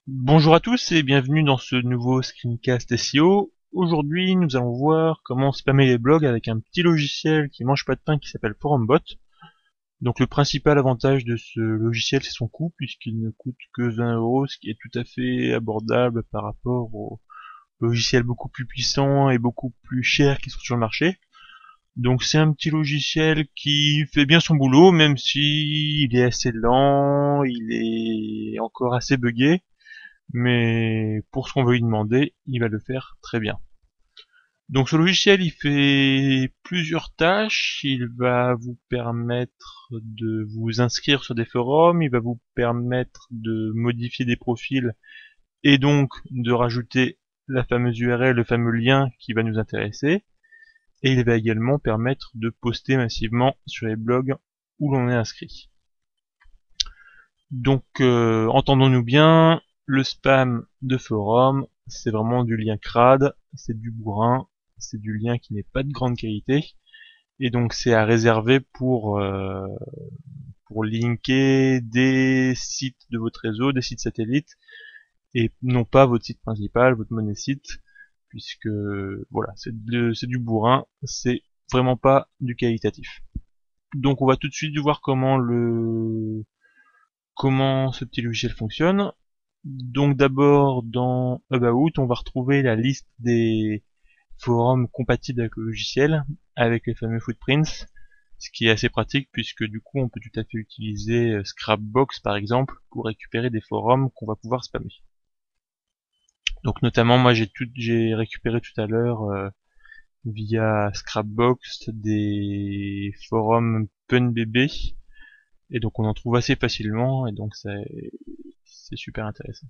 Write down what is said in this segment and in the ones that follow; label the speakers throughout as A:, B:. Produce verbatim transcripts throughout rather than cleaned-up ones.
A: Bonjour à tous et bienvenue dans ce nouveau screencast S E O. Aujourd'hui, nous allons voir comment spammer les blogs avec un petit logiciel qui mange pas de pain qui s'appelle ForumBot. Donc le principal avantage de ce logiciel, c'est son coût puisqu'il ne coûte que vingt euros, ce qui est tout à fait abordable par rapport aux logiciels beaucoup plus puissants et beaucoup plus chers qui sont sur le marché. Donc c'est un petit logiciel qui fait bien son boulot, même si il est assez lent, il est encore assez buggé. Mais pour ce qu'on veut lui demander, il va le faire très bien. Donc ce logiciel, il fait plusieurs tâches. Il va vous permettre de vous inscrire sur des forums, il va vous permettre de modifier des profils et donc de rajouter la fameuse U R L, le fameux lien qui va nous intéresser. Et il va également permettre de poster massivement sur les blogs où l'on est inscrit. Donc, euh, entendons-nous bien, le spam de forum, c'est vraiment du lien crade, c'est du bourrin, c'est du lien qui n'est pas de grande qualité, et donc c'est à réserver pour euh, pour linker des sites de votre réseau, des sites satellites, et non pas votre site principal, votre monnaie site, puisque voilà, c'est c'est du bourrin, c'est vraiment pas du qualitatif. Donc on va tout de suite voir comment le comment ce petit logiciel fonctionne. Donc d'abord dans About, on va retrouver la liste des forums compatibles avec le logiciel, avec les fameux footprints, ce qui est assez pratique puisque du coup on peut tout à fait utiliser Scrapbox par exemple pour récupérer des forums qu'on va pouvoir spammer. Donc notamment moi j'ai tout j'ai récupéré tout à l'heure euh, via Scrapbox des forums PunBB et donc on en trouve assez facilement et donc c'est c'est super intéressant.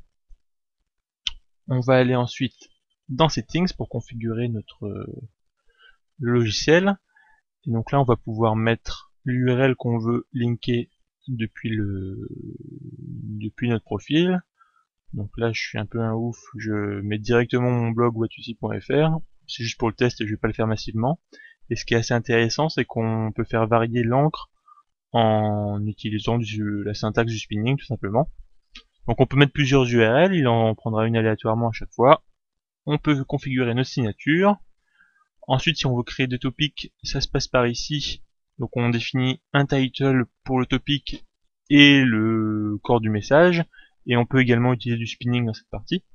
A: On va aller ensuite dans Settings pour configurer notre euh, logiciel. Et donc là, on va pouvoir mettre l'U R L qu'on veut linker depuis le depuis notre profil. Donc là, je suis un peu un ouf, je mets directement mon blog watusi point f r. C'est juste pour le test et je vais pas le faire massivement. Et ce qui est assez intéressant, c'est qu'on peut faire varier l'encre en utilisant du, la syntaxe du spinning tout simplement. Donc on peut mettre plusieurs U R L, il en prendra une aléatoirement à chaque fois. On peut configurer nos signatures. Ensuite, si on veut créer des topics, ça se passe par ici. Donc on définit un title pour le topic et le corps du message. Et on peut également utiliser du spinning dans cette partie.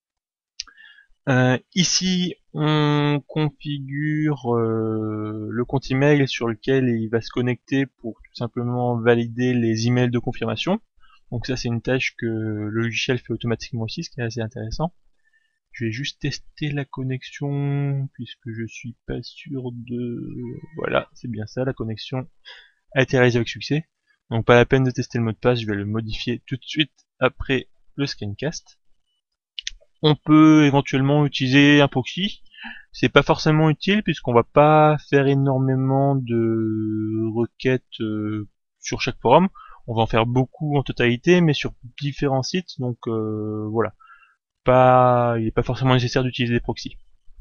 A: Euh, ici, on configure euh, le compte email sur lequel il va se connecter pour tout simplement valider les emails de confirmation. Donc ça, c'est une tâche que le logiciel fait automatiquement aussi, ce qui est assez intéressant. Je vais juste tester la connexion puisque je suis pas sûr de... Voilà, c'est bien ça, la connexion a été réalisée avec succès. Donc pas la peine de tester le mot de passe, je vais le modifier tout de suite après le screencast. On peut éventuellement utiliser un proxy. C'est pas forcément utile puisqu'on va pas faire énormément de requêtes euh, sur chaque forum. On va en faire beaucoup en totalité, mais sur différents sites. Donc euh, voilà, pas, il n'est pas forcément nécessaire d'utiliser des proxys.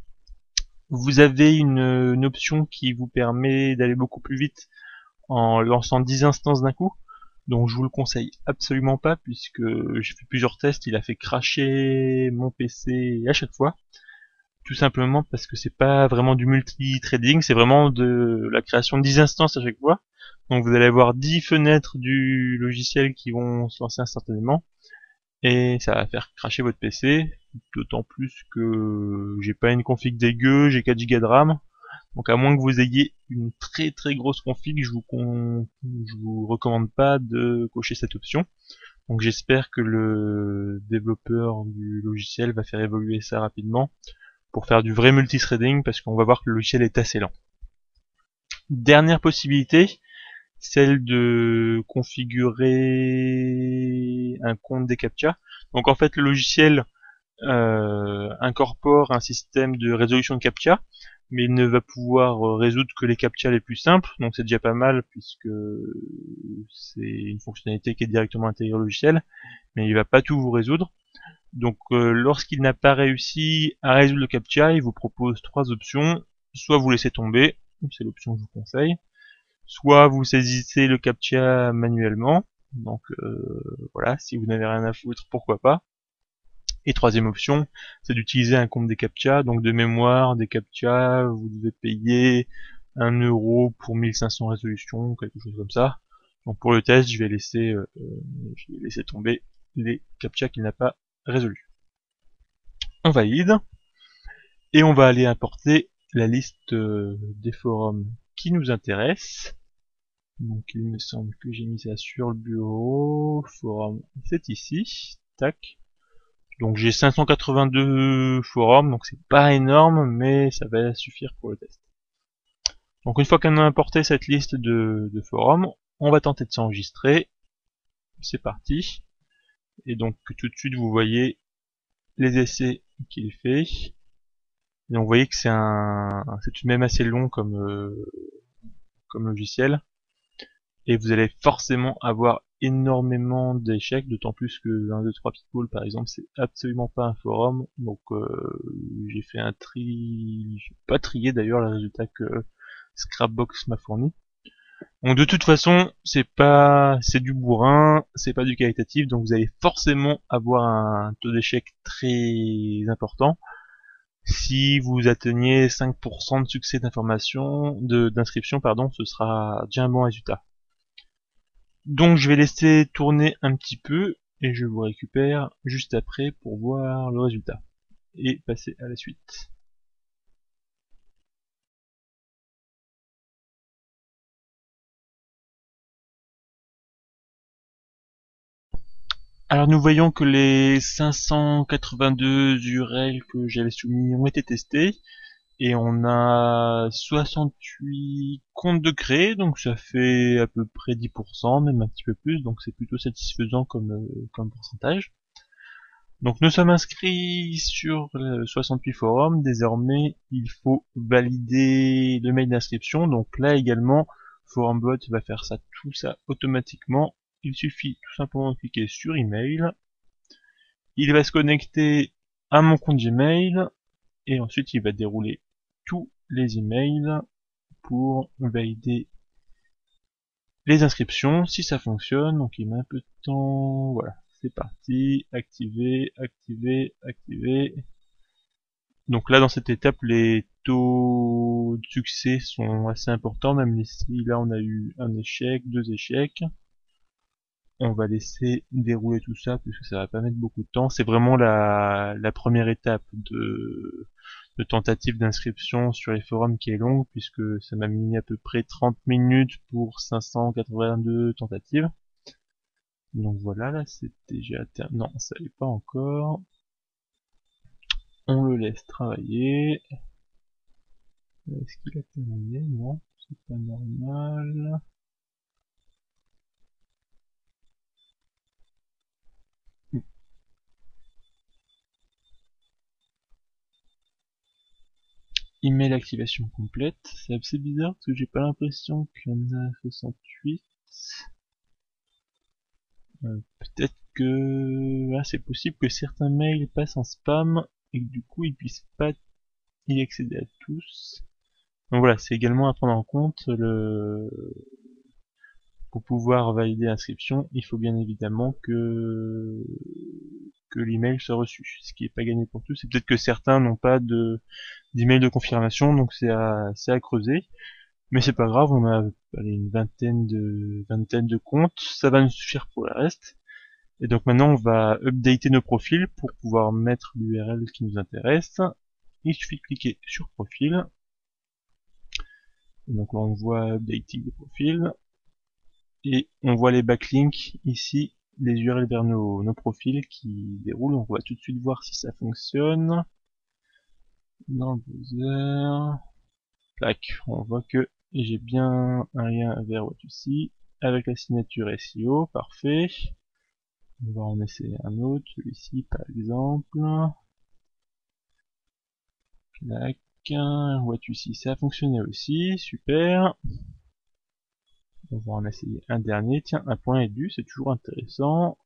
A: Vous avez une, une option qui vous permet d'aller beaucoup plus vite en lançant dix instances d'un coup. Donc je vous le conseille absolument pas puisque j'ai fait plusieurs tests, il a fait cracher mon P C à chaque fois. Tout simplement parce que c'est pas vraiment du multi-trading, c'est vraiment de la création de dix instances à chaque fois. Donc vous allez avoir dix fenêtres du logiciel qui vont se lancer instantanément et ça va faire cracher votre P C, d'autant plus que j'ai pas une config dégueu, j'ai quatre gigas de RAM, donc à moins que vous ayez une très très grosse config, je vous, con... je vous recommande pas de cocher cette option. Donc j'espère que le développeur du logiciel va faire évoluer ça rapidement pour faire du vrai multithreading parce qu'on va voir que le logiciel est assez lent. Dernière possibilité, celle de configurer un compte des captcha. Donc en fait le logiciel euh, incorpore un système de résolution de captcha, mais il ne va pouvoir résoudre que les captcha les plus simples, donc c'est déjà pas mal puisque c'est une fonctionnalité qui est directement intégrée au logiciel, mais il va pas tout vous résoudre. Donc euh, lorsqu'il n'a pas réussi à résoudre le captcha, il vous propose trois options. Soit vous laissez tomber, c'est l'option que je vous conseille, soit vous saisissez le captcha manuellement, donc euh, voilà, si vous n'avez rien à foutre, pourquoi pas. Et troisième option, c'est d'utiliser un compte des captcha, donc de mémoire, des captcha, vous devez payer un euro pour mille cinq cents résolutions, quelque chose comme ça. Donc pour le test, je vais laisser, euh, je vais laisser tomber les captcha qu'il n'a pas résolus. On valide, et on va aller importer la liste euh, des forums qui nous intéressent. Donc il me semble que j'ai mis ça sur le bureau, forum, c'est ici, tac. Donc j'ai cinq cent quatre-vingt-deux forums, donc c'est pas énorme, mais ça va suffire pour le test. Donc une fois qu'on a importé cette liste de, de forums, on va tenter de s'enregistrer. C'est parti. Et donc tout de suite vous voyez les essais qu'il fait. Et donc vous voyez que c'est un, c'est tout de même assez long comme euh, comme logiciel. Et vous allez forcément avoir énormément d'échecs, d'autant plus que un, deux, trois People par exemple, c'est absolument pas un forum, donc euh, j'ai fait un tri, j'ai pas trié d'ailleurs le résultat que Scrapbox m'a fourni. Donc de toute façon, c'est pas, c'est du bourrin, c'est pas du qualitatif, donc vous allez forcément avoir un taux d'échec très important. Si vous atteignez cinq pour cent de succès d'information, de d'inscription, pardon, ce sera déjà un bon résultat. Donc je vais laisser tourner un petit peu et je vous récupère juste après pour voir le résultat et passer à la suite. Alors nous voyons que les cinq cent quatre-vingt-deux U R L que j'avais soumis ont été testés et on a soixante-huit comptes de créés, donc ça fait à peu près dix pour cent, même un petit peu plus, donc c'est plutôt satisfaisant comme, euh, comme pourcentage. Donc nous sommes inscrits sur soixante-huit forums, désormais il faut valider le mail d'inscription, donc là également ForumBot va faire ça, tout ça automatiquement. Il suffit tout simplement de cliquer sur email, il va se connecter à mon compte Gmail et ensuite il va dérouler tous les emails pour valider les inscriptions si ça fonctionne. Donc il met un peu de temps, voilà, c'est parti, activer, activer, activer. Donc là dans cette étape les taux de succès sont assez importants, même si là on a eu un échec, deux échecs. On va laisser dérouler tout ça puisque ça va pas mettre beaucoup de temps. C'est vraiment la, la première étape de, de tentative d'inscription sur les forums qui est longue puisque ça m'a mis à peu près trente minutes pour cinq cent quatre-vingt-deux tentatives. Donc voilà, là c'est déjà terminé. Non, ça n'est pas encore. On le laisse travailler. Est-ce qu'il a terminé? Non, c'est pas normal. Email activation complète. C'est assez bizarre parce que j'ai pas l'impression qu'il y en a soixante-huit. Euh, Peut-être que ah, c'est possible que certains mails passent en spam et que du coup ils puissent pas y accéder à tous. Donc voilà, c'est également à prendre en compte. Le Pour pouvoir valider l'inscription, il faut bien évidemment que que l'email soit reçu, ce qui est pas gagné pour tous. C'est peut-être que certains n'ont pas de d'email de confirmation, donc c'est à c'est à creuser. Mais c'est pas grave, on a allez, une vingtaine de vingtaine de comptes, ça va nous suffire pour le reste. Et donc maintenant on va updater nos profils pour pouvoir mettre l'U R L qui nous intéresse. Il suffit de cliquer sur profil. Et donc là on voit updating des profils. Et on voit les backlinks ici, les U R L vers nos, nos profils qui déroulent. On va tout de suite voir si ça fonctionne. Dans le browser. Tac, on voit que j'ai bien un lien vers What You See avec la signature S E O, parfait. On va en essayer un autre, celui-ci par exemple. Clac, What You See, ça a fonctionné aussi, super. On va en essayer un dernier, tiens, un point édu, c'est toujours intéressant.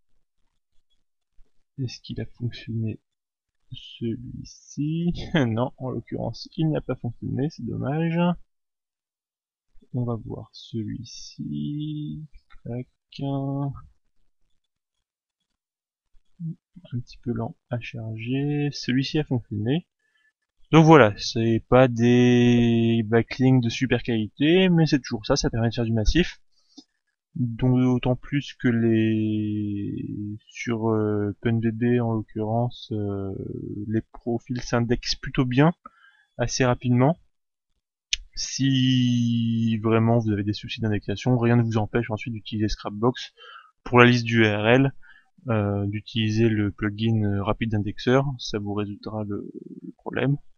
A: Est-ce qu'il a fonctionné celui-ci? Non, en l'occurrence, il n'a pas fonctionné, c'est dommage. On va voir celui-ci. Clac. un petit peu lent à charger. Celui-ci a fonctionné. Donc voilà, c'est pas des backlinks de super qualité, mais c'est toujours ça, ça permet de faire du massif. Donc d'autant plus que les sur euh, PunVB en l'occurrence, euh, les profils s'indexent plutôt bien, assez rapidement. Si vraiment vous avez des soucis d'indexation, rien ne vous empêche ensuite d'utiliser Scrapbox pour la liste d'U R L, euh, d'utiliser le plugin Rapid Indexer, ça vous résoudra le, le problème.